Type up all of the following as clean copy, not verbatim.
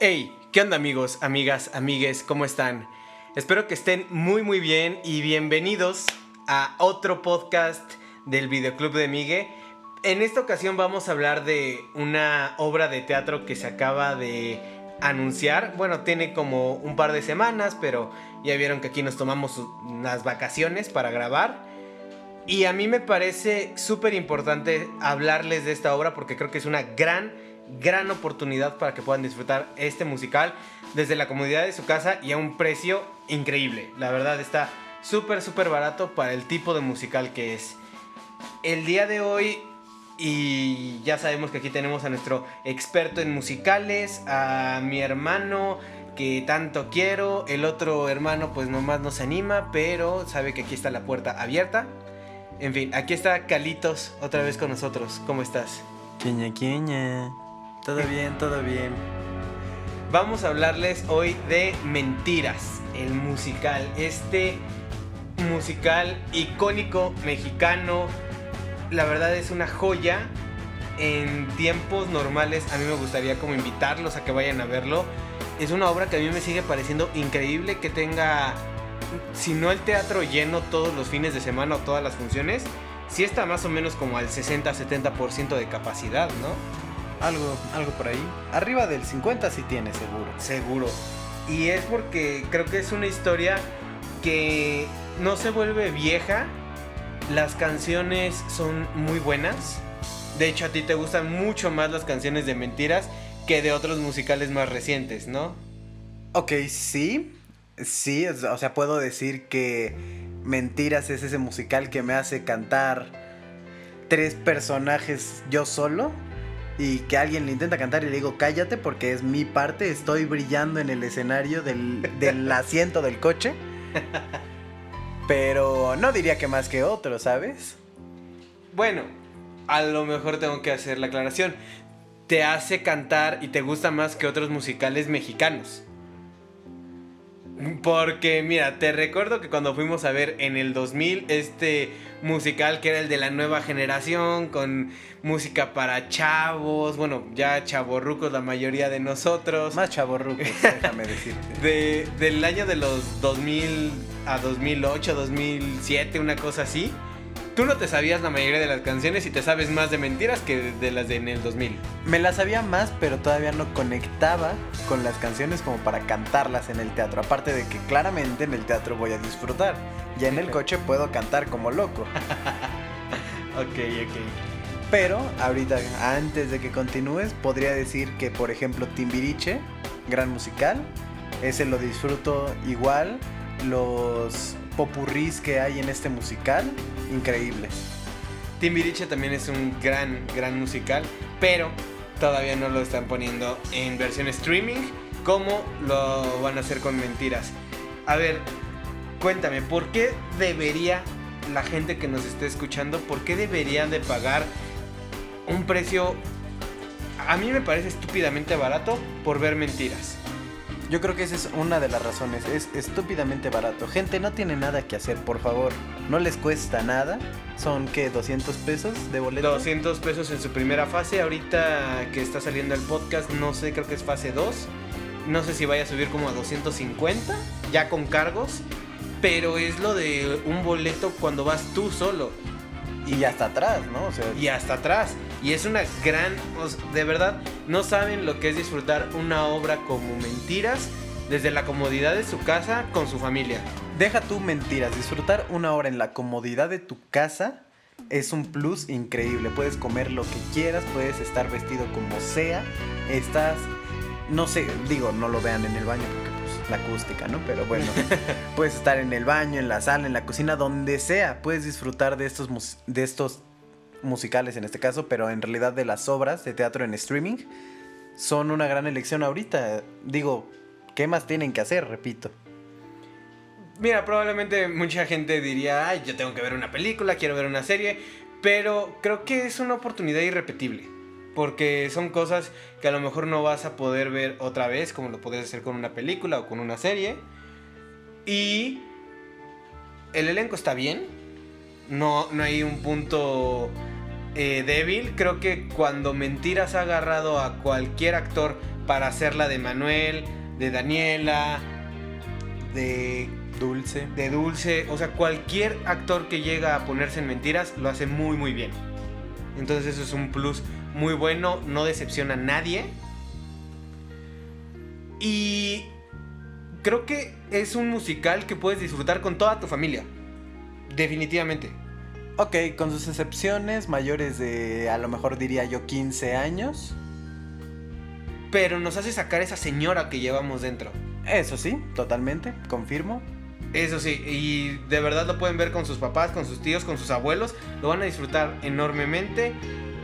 Hey, ¿qué onda amigos, amigas, amigues? ¿Cómo están? Espero que estén muy bien y bienvenidos a otro podcast del Videoclub de Migue. En esta ocasión vamos a hablar de una obra de teatro que se acaba de anunciar. Bueno, tiene como un par de semanas, pero ya vieron que aquí nos tomamos unas vacaciones para grabar. Y a mí me parece súper importante hablarles de esta obra porque creo que es una gran oportunidad para que puedan disfrutar este musical desde la comodidad de su casa y a un precio increíble. La verdad está súper barato para el tipo de musical que es. El día de hoy, y ya sabemos que aquí tenemos a nuestro experto en musicales, a mi hermano que tanto quiero, el otro hermano pues nomás no se anima, pero sabe que aquí está la puerta abierta. En fin, aquí está Calitos otra vez con nosotros. ¿Cómo estás? Queña. Todo bien. Vamos a hablarles hoy de Mentiras, el musical. Este musical icónico mexicano. La verdad es una joya. En tiempos normales a mí me gustaría como invitarlos a que vayan a verlo. Es una obra que a mí me sigue pareciendo increíble que tenga, si no el teatro lleno todos los fines de semana o todas las funciones, sí está más o menos como al 60-70% de capacidad, ¿no? Algo por ahí. Arriba del 50 sí tiene, Seguro. Y es porque creo que es una historia que no se vuelve vieja. Las canciones son muy buenas. De hecho, a ti te gustan mucho más las canciones de Mentiras que de otros musicales más recientes, ¿no? Ok, sí, o sea, puedo decir que Mentiras es ese musical que me hace cantar 3 personajes yo solo y que alguien le intenta cantar y le digo cállate porque es mi parte, estoy brillando en el escenario del asiento del coche. Pero no diría que más que otro, ¿sabes? Bueno, a lo mejor tengo que hacer la aclaración. Te hace cantar y te gusta más que otros musicales mexicanos. Porque mira, te recuerdo que cuando fuimos a ver en el 2000 este musical que era el de la nueva generación con música para chavos, bueno, ya chavorrucos la mayoría de nosotros. Más chavorrucos, déjame decirte. Del año de los 2000 a 2008, 2007, una cosa así. Tú no te sabías la mayoría de las canciones y te sabes más de Mentiras que de las de en el 2000. Me las sabía más, pero todavía no conectaba con las canciones como para cantarlas en el teatro. Aparte de que claramente en el teatro voy a disfrutar. Ya en el coche puedo cantar como loco. Ok. Pero ahorita, antes de que continúes, podría decir que, por ejemplo, Timbiriche, gran musical, ese lo disfruto igual. Los popurrís que hay en este musical, increíbles. Timbiriche también es un gran musical, pero todavía no lo están poniendo en versión streaming como lo van a hacer con Mentiras. A ver, cuéntame, ¿por qué debería la gente que nos esté escuchando, por qué deberían de pagar un precio, a mí me parece estúpidamente barato, por ver Mentiras? Yo creo que esa es una de las razones, es estúpidamente barato. Gente, no tiene nada que hacer, por favor, no les cuesta nada. Son, ¿qué? 200 pesos de boleto. 200 pesos en su primera fase, ahorita que está saliendo el podcast, no sé, creo que es fase 2. No sé si vaya a subir como a 250, ya con cargos, pero es lo de un boleto cuando vas tú solo. Y hasta atrás, ¿no? O sea, y hasta atrás. Y es una gran... de verdad, no saben lo que es disfrutar una obra como Mentiras desde la comodidad de su casa con su familia. Deja tú Mentiras, disfrutar una hora en la comodidad de tu casa es un plus increíble. Puedes comer lo que quieras, puedes estar vestido como sea. Estás... no sé, digo, no lo vean en el baño porque pues la acústica, ¿no? Pero bueno, puedes estar en el baño, en la sala, en la cocina, donde sea. Puedes disfrutar de estos musicales en este caso, pero en realidad de las obras de teatro en streaming son una gran elección ahorita. Digo, ¿qué más tienen que hacer? Repito. Mira, probablemente mucha gente diría, ay, yo tengo que ver una película, quiero ver una serie, pero creo que es una oportunidad irrepetible. Porque son cosas que a lo mejor no vas a poder ver otra vez, como lo puedes hacer con una película o con una serie. Y el elenco está bien. No hay un punto débil. Creo que cuando Mentiras ha agarrado a cualquier actor para hacerla de Manuel, de Daniela, de Dulce, o sea, cualquier actor que llega a ponerse en Mentiras lo hace muy muy bien. Entonces eso es un plus muy bueno, no decepciona a nadie. Y creo que es un musical que puedes disfrutar con toda tu familia. Definitivamente. Ok, con sus excepciones, mayores de, a lo mejor diría yo, 15 años. Pero nos hace sacar esa señora que llevamos dentro. Eso sí, totalmente, confirmo. Eso sí, y de verdad lo pueden ver con sus papás, con sus tíos, con sus abuelos. Lo van a disfrutar enormemente.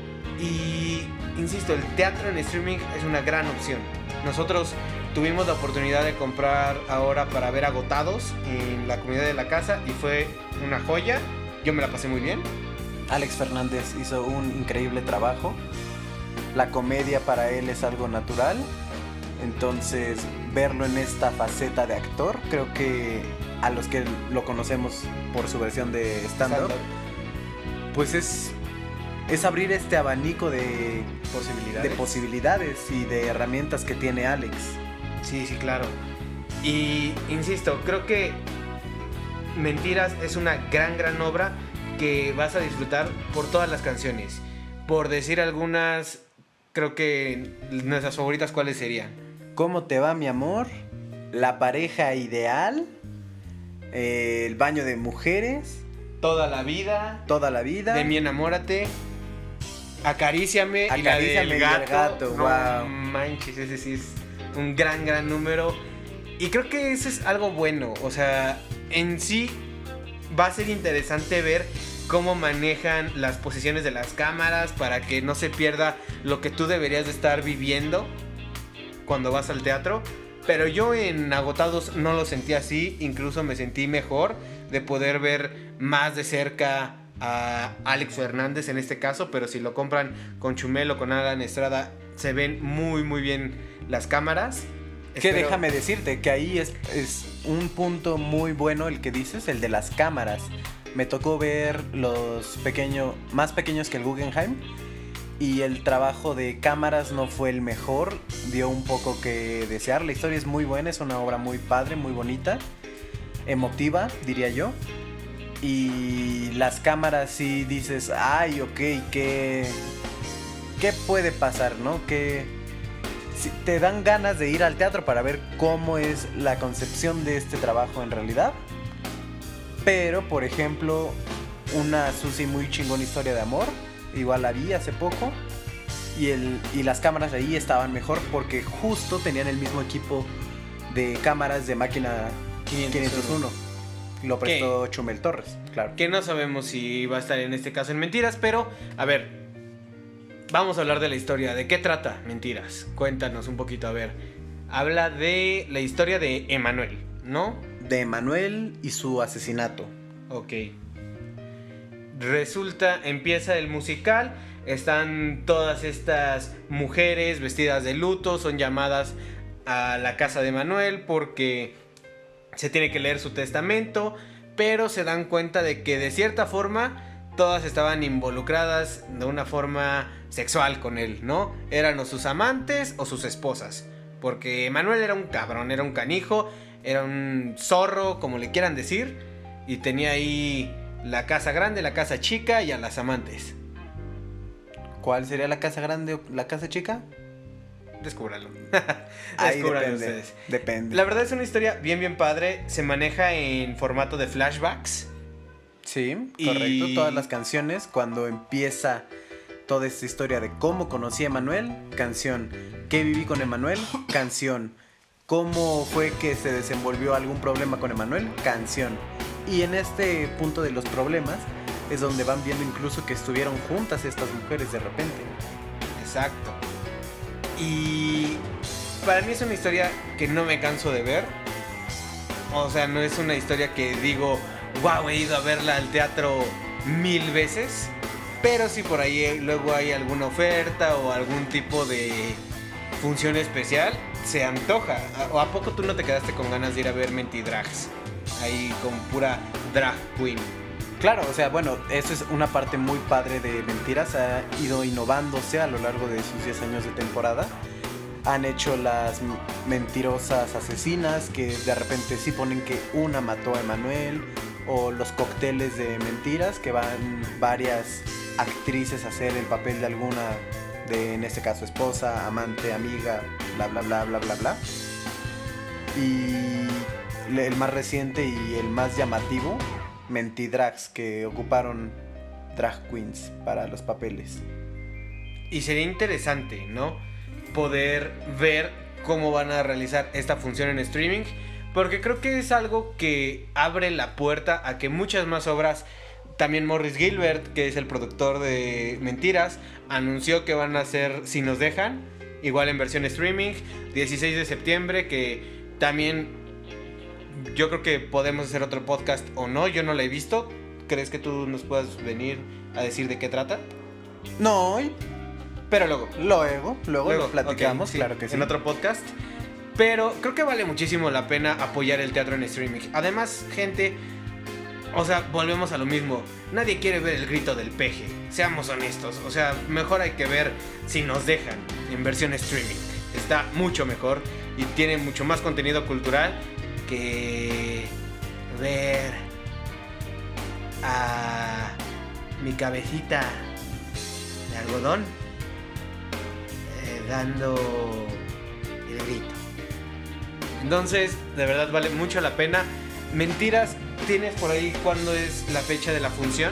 Y, insisto, el teatro en streaming es una gran opción. Nosotros tuvimos la oportunidad de comprar ahora para ver Agotados en la comunidad de la casa y fue una joya. Yo me la pasé muy bien. Alex Fernández hizo un increíble trabajo. La comedia para él es algo natural. Entonces, verlo en esta faceta de actor, creo que a los que lo conocemos por su versión de stand-up, pues es abrir este abanico de posibilidades y de herramientas que tiene Alex. Sí, claro. Y insisto, creo que Mentiras es una gran obra que vas a disfrutar por todas las canciones. Por decir algunas, creo que nuestras favoritas, ¿cuáles serían? ¿Cómo te va, mi amor? La pareja ideal. El baño de mujeres. Toda la vida. De mi enamórate. Acaríciame. Y la del gato. No wow. Manches, ese sí es un gran número. Y creo que eso es algo bueno. O sea, en sí va a ser interesante ver cómo manejan las posiciones de las cámaras para que no se pierda lo que tú deberías de estar viviendo cuando vas al teatro. Pero yo en Agotados no lo sentí así. Incluso me sentí mejor de poder ver más de cerca a Alex Fernández en este caso. Pero si lo compran con Chumel o con Alan Estrada, se ven muy bien las cámaras. Que déjame decirte que ahí es un punto muy bueno el que dices, el de las cámaras. Me tocó ver los más pequeños que el Guggenheim y el trabajo de cámaras no fue el mejor, dio un poco que desear. La historia es muy buena, es una obra muy padre, muy bonita, emotiva, diría yo. Y las cámaras sí dices, ay, ok, ¿qué puede pasar, no? Si te dan ganas de ir al teatro para ver cómo es la concepción de este trabajo en realidad. Pero, por ejemplo, una Susi muy chingona historia de amor, igual la vi hace poco, y las cámaras ahí estaban mejor porque justo tenían el mismo equipo de cámaras de máquina 501. Lo prestó Chumel Torres, claro. Que no sabemos si va a estar en este caso en Mentiras, pero, a ver, vamos a hablar de la historia. ¿De qué trata Mentiras? Cuéntanos un poquito, a ver. Habla de la historia de Emanuel, ¿no? De Emanuel y su asesinato. Ok. Empieza el musical. Están todas estas mujeres vestidas de luto. Son llamadas a la casa de Emanuel porque se tiene que leer su testamento. Pero se dan cuenta de que de cierta forma todas estaban involucradas de una forma sexual con él, ¿no? Eran o sus amantes o sus esposas. Porque Manuel era un cabrón, era un canijo, era un zorro, como le quieran decir. Y tenía ahí la casa grande, la casa chica y a las amantes. ¿Cuál sería la casa grande o la casa chica? Descúbralo. Ahí Descúbralo ustedes. Depende. La verdad es una historia bien padre. Se maneja en formato de flashbacks. Sí, correcto. Todas las canciones, cuando empieza toda esta historia de cómo conocí a Emanuel, canción. ¿Qué viví con Emanuel? Canción. ¿Cómo fue que se desenvolvió algún problema con Emanuel? Canción. Y en este punto de los problemas es donde van viendo incluso que estuvieron juntas estas mujeres de repente. Exacto. Y para mí es una historia que no me canso de ver. O sea, no es una historia que digo, wow, he ido a verla al teatro 1000 veces. Pero si por ahí luego hay alguna oferta o algún tipo de función especial, se antoja. ¿O a poco tú no te quedaste con ganas de ir a ver Mentidrags? Ahí con pura drag queen. Claro, o sea, bueno, eso es una parte muy padre de Mentiras. Ha ido innovándose a lo largo de sus 10 años de temporada. Han hecho las mentirosas asesinas, que de repente sí ponen que una mató a Emanuel, o los cócteles de mentiras, que van varias actrices a hacer el papel de alguna, de en este caso esposa, amante, amiga, bla bla bla bla bla bla. Y el más reciente y el más llamativo, Mentidrags, que ocuparon drag queens para los papeles. Y sería interesante, ¿no?, poder ver cómo van a realizar esta función en streaming, porque creo que es algo que abre la puerta a que muchas más obras. También Morris Gilbert, que es el productor de Mentiras, anunció que van a hacer Si Nos Dejan, igual en versión streaming, 16 de septiembre, que también yo creo que podemos hacer otro podcast o no, yo no la he visto. ¿Crees que tú nos puedas venir a decir de qué trata? No hoy, pero luego lo platicamos, okay, claro que sí. En otro podcast. Pero creo que vale muchísimo la pena apoyar el teatro en streaming. Además, gente, o sea, volvemos a lo mismo. Nadie quiere ver el grito del peje, seamos honestos. O sea, mejor hay que ver Si Nos Dejan en versión streaming. Está mucho mejor y tiene mucho más contenido cultural que ver a mi cabecita de algodón dando el grito. Entonces, de verdad vale mucho la pena. Mentiras, ¿tienes por ahí cuándo es la fecha de la función?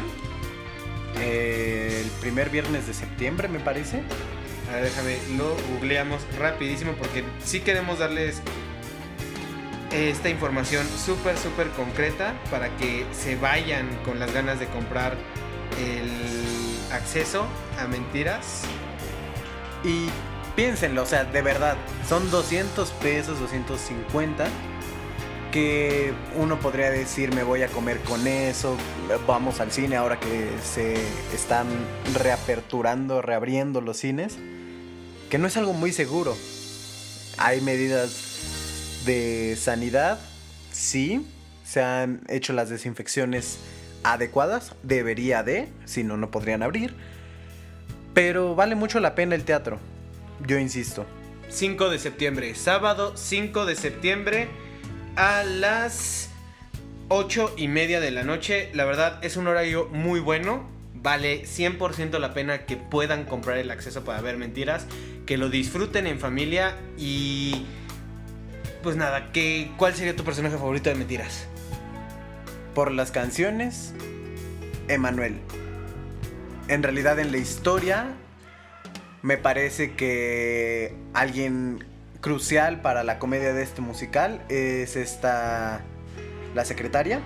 El primer viernes de septiembre, me parece. A ver, déjame, lo googleamos rapidísimo porque sí queremos darles esta información súper concreta para que se vayan con las ganas de comprar el acceso a Mentiras. Y piénsenlo, o sea, de verdad, son 200 pesos, 250, que uno podría decir, me voy a comer con eso, vamos al cine ahora que se están reabriendo los cines, que no es algo muy seguro. Hay medidas de sanidad, sí, se han hecho las desinfecciones adecuadas, debería de, si no, no podrían abrir, pero vale mucho la pena el teatro. Yo insisto. 5 de septiembre, sábado 5 de septiembre a las 8:30 de la noche. La verdad es un horario muy bueno. Vale 100% la pena que puedan comprar el acceso para ver Mentiras. Que lo disfruten en familia. Y pues nada, ¿cuál sería tu personaje favorito de Mentiras? Por las canciones, Emanuel. En realidad en la historia me parece que alguien crucial para la comedia de este musical es la secretaria.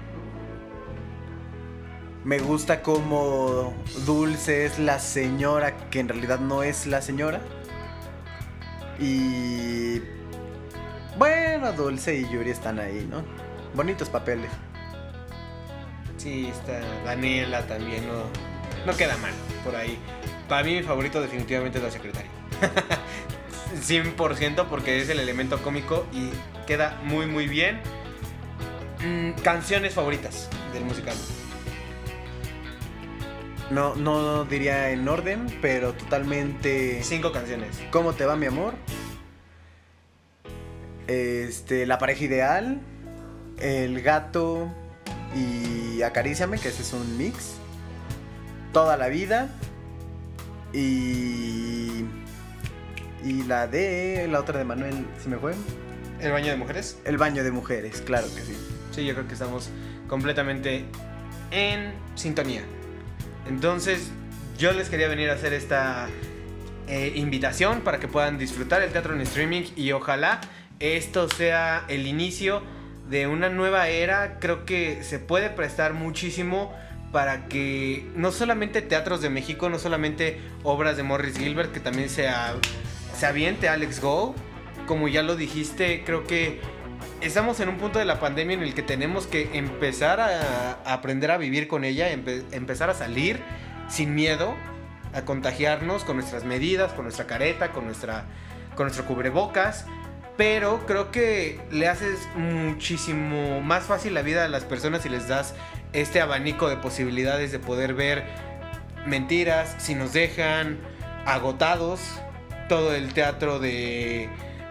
Me gusta como Dulce es la señora que en realidad no es la señora. Y bueno, Dulce y Yuri están ahí, ¿no? Bonitos papeles. Sí, está Daniela también, no queda mal por ahí. Para mí mi favorito definitivamente es la secretaria. 100% porque es el elemento cómico y queda muy bien. Canciones favoritas del musical. No diría en orden, pero totalmente... 5 canciones. ¿Cómo te va, mi amor? La pareja ideal, El gato y Acaríciame, que ese es un mix. Toda la vida. Y la otra de Manuel, ¿se me fue? ¿El baño de mujeres? El baño de mujeres, claro que sí. Sí, yo creo que estamos completamente en sintonía. Entonces, yo les quería venir a hacer esta invitación para que puedan disfrutar el teatro en streaming y ojalá esto sea el inicio de una nueva era. Creo que se puede prestar muchísimo para que no solamente teatros de México, no solamente obras de Morris Gilbert, que también se aviente Alex Go. Como ya lo dijiste, creo que estamos en un punto de la pandemia en el que tenemos que empezar a aprender a vivir con ella, empezar a salir sin miedo, a contagiarnos con nuestras medidas, con nuestra careta, con nuestro cubrebocas. Pero creo que le haces muchísimo más fácil la vida a las personas si les das este abanico de posibilidades de poder ver Mentiras, Si nos dejan, Agotados, todo el teatro de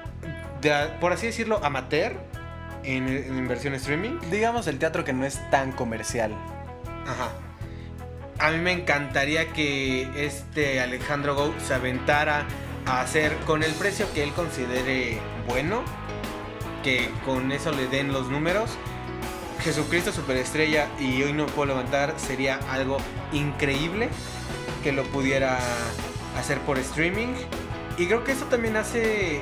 por así decirlo, amateur en versión streaming. Digamos el teatro que no es tan comercial. Ajá. A mí me encantaría que Alejandro Gou se aventara a hacer con el precio que él considere bueno, que con eso le den los números. Jesucristo Superestrella y Hoy no puedo levantar sería algo increíble que lo pudiera hacer por streaming. Y creo que eso también hace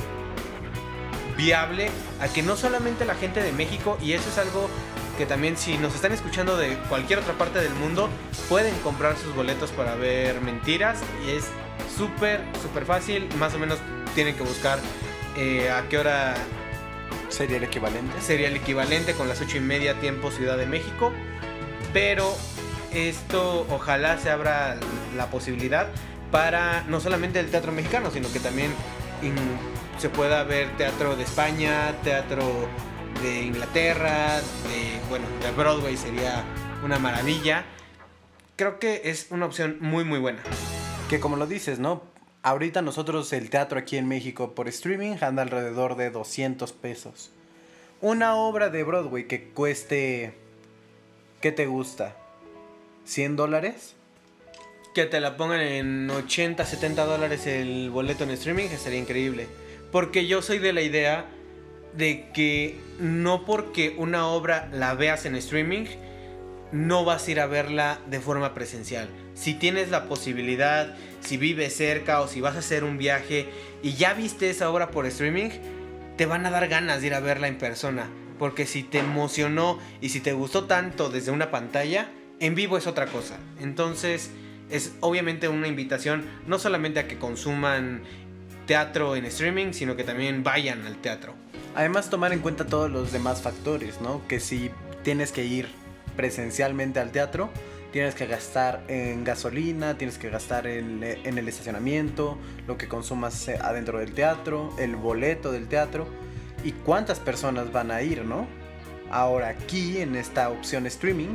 viable a que no solamente la gente de México, y eso es algo que también si nos están escuchando de cualquier otra parte del mundo, pueden comprar sus boletos para ver Mentiras, y es súper fácil. Más o menos tienen que buscar a qué hora sería el equivalente. Sería el equivalente con las 8:30 tiempo Ciudad de México. Pero esto ojalá se abra la posibilidad para no solamente el teatro mexicano, sino que también se pueda ver teatro de España, teatro de Inglaterra, de Broadway sería una maravilla. Creo que es una opción muy buena. Que como lo dices, ¿no? Ahorita nosotros el teatro aquí en México por streaming anda alrededor de 200 pesos. Una obra de Broadway que cueste, ¿qué te gusta? ¿$100? Que te la pongan en $80, $70 el boleto en streaming, sería increíble. Porque yo soy de la idea de que no porque una obra la veas en streaming, no vas a ir a verla de forma presencial. Si tienes la posibilidad, si vives cerca o si vas a hacer un viaje y ya viste esa obra por streaming, te van a dar ganas de ir a verla en persona. Porque si te emocionó y si te gustó tanto desde una pantalla, en vivo es otra cosa. Entonces es obviamente una invitación no solamente a que consuman teatro en streaming, sino que también vayan al teatro. Además tomar en cuenta todos los demás factores, ¿no? Que si tienes que ir presencialmente al teatro, tienes que gastar en gasolina, tienes que gastar en el estacionamiento, lo que consumas adentro del teatro, el boleto del teatro y cuántas personas van a ir, ¿no? Ahora aquí en esta opción streaming,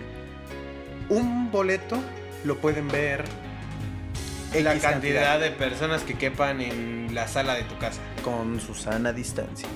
un boleto lo pueden ver la cantidad de personas que quepan en la sala de tu casa con su sana distancia.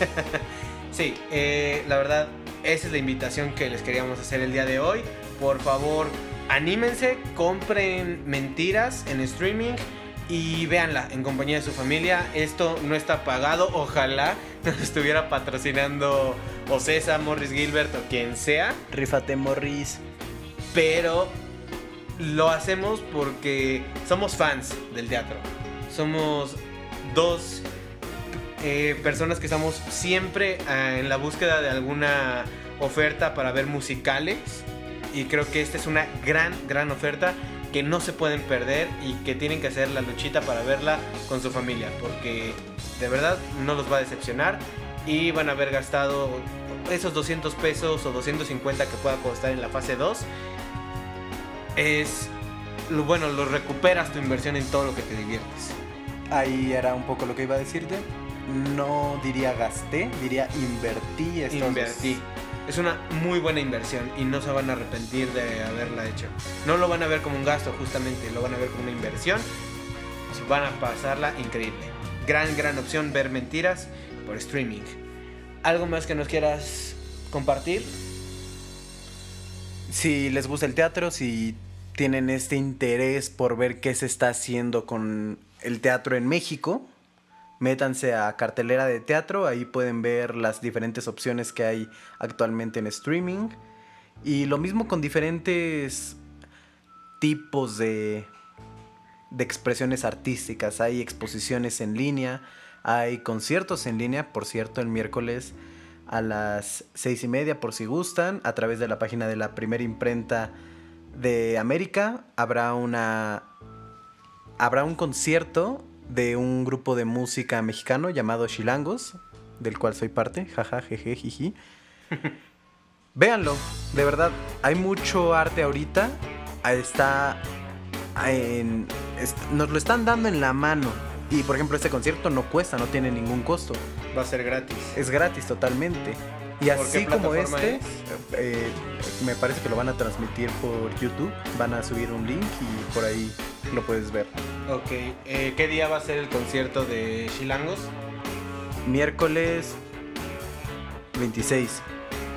Sí, la verdad, esa es la invitación que les queríamos hacer el día de hoy. Por favor, anímense, compren Mentiras en streaming y véanla en compañía de su familia. Esto no está pagado, ojalá nos estuviera patrocinando Ocesa, Morris Gilbert o quien sea. Rífate, Morris. Pero lo hacemos porque somos fans del teatro. Somos dos personas que estamos siempre en la búsqueda de alguna oferta para ver musicales. Y creo que esta es una gran oferta que no se pueden perder y que tienen que hacer la luchita para verla con su familia. Porque de verdad no los va a decepcionar y van a haber gastado esos 200 pesos o 250 que pueda costar en la fase 2. Lo recuperas tu inversión en todo lo que te diviertes. Ahí era un poco lo que iba a decirte. No diría gasté, diría invertí. Invertí. Es una muy buena inversión y no se van a arrepentir de haberla hecho. No lo van a ver como un gasto, justamente, lo van a ver como una inversión. Van a pasarla increíble. Gran opción ver Mentiras por streaming. ¿Algo más que nos quieras compartir? Si les gusta el teatro, si tienen este interés por ver qué se está haciendo con el teatro en México, métanse a Cartelera de Teatro, ahí pueden ver las diferentes opciones que hay actualmente en streaming. Y lo mismo con diferentes tipos de expresiones artísticas. Hay exposiciones en línea, hay conciertos en línea, por cierto, el miércoles a las 6:30 por si gustan, a través de la página de la Primera Imprenta de América habrá un concierto de un grupo de música mexicano llamado Chilangos, del cual soy parte, jaja, jeje, jiji. Véanlo, de verdad, hay mucho arte ahorita, nos lo están dando en la mano. Y por ejemplo este concierto no cuesta, no tiene ningún costo. Va a ser gratis. Es gratis totalmente. Y ¿Por qué así como plataforma me parece que lo van a transmitir por YouTube. Van a subir un link y por ahí lo puedes ver. Ok, ¿qué día va a ser el concierto de Chilangos? Miércoles 26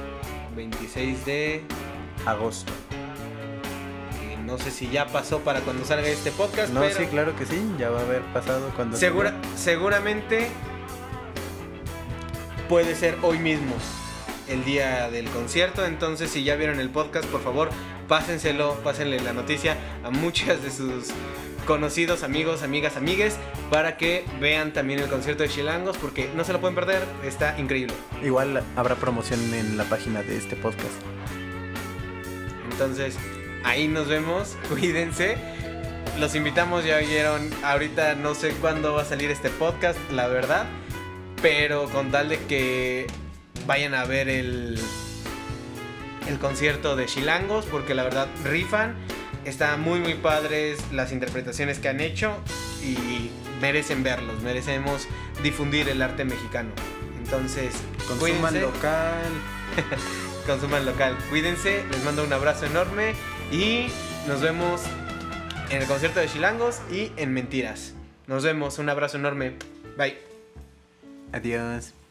de agosto. no sé si ya pasó para cuando salga este podcast, No, pero sí, claro que sí, ya va a haber pasado cuando seguramente puede ser hoy mismo el día del concierto. Entonces, si ya vieron el podcast, por favor, pásenle la noticia a muchas de sus conocidos, amigos, amigas, amigues, para que vean también el concierto de Chilangos, porque no se lo pueden perder, está increíble. Igual habrá promoción en la página de este podcast. Entonces, ahí nos vemos, cuídense. Los invitamos, ya oyeron, ahorita no sé cuándo va a salir este podcast, la verdad, pero con tal de que vayan a ver el concierto de Chilangos, porque la verdad rifan. Está muy muy padres las interpretaciones que han hecho y merecen verlos, merecemos difundir el arte mexicano. Entonces, consuman cuídense. local. Consuman local, cuídense, les mando un abrazo enorme y nos vemos en el concierto de Chilangos y en Mentiras. Nos vemos, un abrazo enorme, bye. Adiós.